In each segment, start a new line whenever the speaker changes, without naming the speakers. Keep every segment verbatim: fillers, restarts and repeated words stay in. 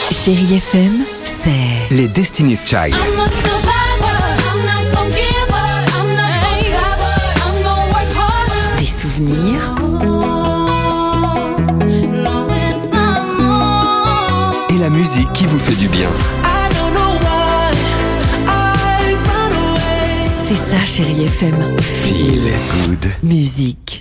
Chérie F M, c'est
les Destiny's Child.
des souvenirs
Et la musique qui vous fait du bien.
C'est ça, Chérie F M.
Feel good.
Musique.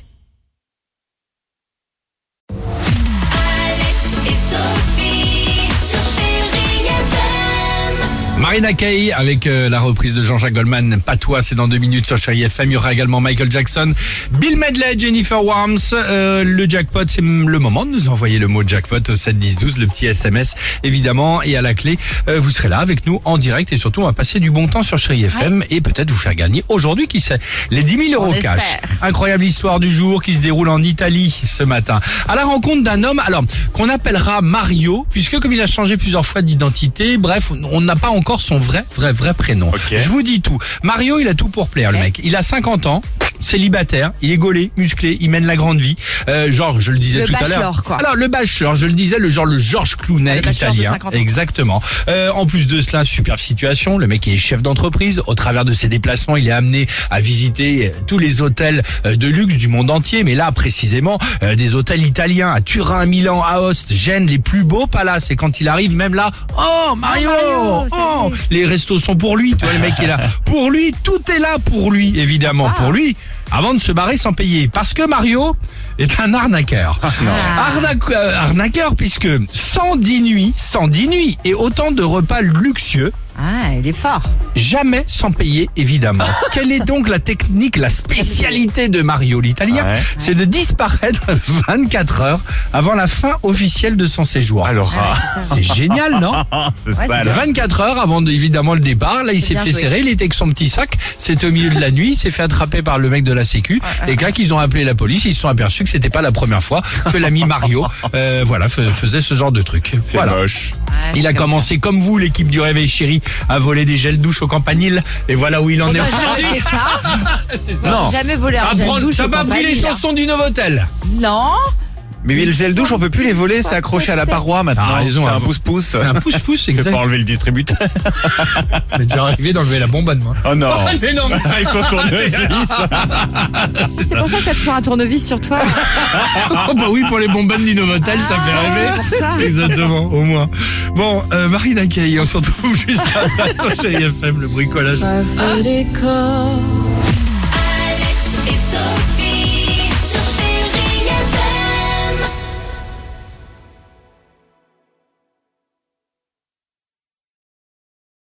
Marina Kaye avec euh, la reprise de Jean-Jacques Goldman, Pas toi, c'est dans deux minutes sur Chérie F M. Il y aura également Michael Jackson, Bill Medley, Jennifer Warnes. Euh, le jackpot, c'est le moment de nous envoyer le mot jackpot au sept dix douze, le petit S M S évidemment. Et à la clé, euh, vous serez là avec nous en direct et surtout on va passer du bon temps sur Chérie F M et peut-être vous faire gagner aujourd'hui, qui sait, les dix mille euros cash. Incroyable histoire du jour qui se déroule en Italie ce matin. À la rencontre d'un homme, alors qu'on appellera Mario, puisque comme il a changé plusieurs fois d'identité, bref, on n'a pas encore son vrai, vrai, vrai prénom.
Okay.
Je vous dis tout. Mario, il a tout pour plaire, le mec. Il a cinquante ans, célibataire, il est gaulé, musclé, il mène la grande vie. Euh, genre, je le disais
Le
tout à l'heure.
bachelor, quoi.
Alors, le bachelor, je le disais, le genre le George Clooney
Le bachelor de
italien.
cinquante ans.
Exactement. Euh, en plus de cela, superbe situation. Le mec est chef d'entreprise. Au travers de ses déplacements, il est amené à visiter tous les hôtels de luxe du monde entier. Mais là, précisément, euh, des hôtels italiens à Turin, Milan, Aoste, Gênes, les plus beaux palaces. Et quand il arrive, même là, oh, Mario,
Mario, c'est
oh,
lui.
les restos sont pour lui. Tu vois, le mec est là. Pour lui, tout est là pour lui, évidemment. Pour lui. Avant de se barrer sans payer. Parce que Mario est un arnaqueur. Arnaque- euh, arnaqueur puisque cent dix nuits, cent dix nuits et autant de repas luxueux,
Ah, il est fort.
jamais sans payer évidemment. Quelle est donc la technique, la spécialité de Mario l'italien?
Ouais.
C'est de disparaître vingt-quatre heures avant la fin officielle de son séjour.
Alors,
Ah,
ah,
c'est ça.
C'est génial, non?
c'est
Ouais,
ça.
c'est
là.
vingt-quatre heures avant de, évidemment le départ, là il s'est
bien
fait
joué.
serrer, il était avec son petit sac, c'était au milieu de la nuit, il s'est fait attraper par le mec de la sécu et que là qu'ils ont appelé la police, ils se sont aperçus que c'était pas la première fois que l'ami Mario euh, voilà, fais- faisait ce genre de truc.
C'est
Voilà.
moche.
Ouais,
Il
c'est
a
comme
commencé comme vous, l'équipe du Réveil Chéri, à voler des gels douche au Campanile et voilà où il en est
ça. J'ai
aujourd'hui.
jamais fait ça.
C'est ça.
Non.
J'ai jamais volé un
Ah,
gel
prends-
douche
T'as
au
pas pris les
Campanile.
chansons du Novotel?
Non.
Mais le gel douche, on peut plus les voler, c'est accroché à la paroi maintenant.
Ah, raison,
c'est un
hein.
pouce-pouce.
C'est un pouce-pouce,
Je peux
exact.
pas enlever le distributeur.
Mais déjà arrivé d'enlever la bonbonne, moi.
Oh non.
Mais non, mais-
Ils sont tournevis.
C'est pour ça que t'as toujours un tournevis sur toi.
Oh bah oui, pour les bonbonnes du Novotel, ça fait rêver.
C'est pour ça.
Exactement, au moins. Bon, euh, Marina Kaye, on se retrouve juste après sur Chérie F M, le bricolage.
Trifle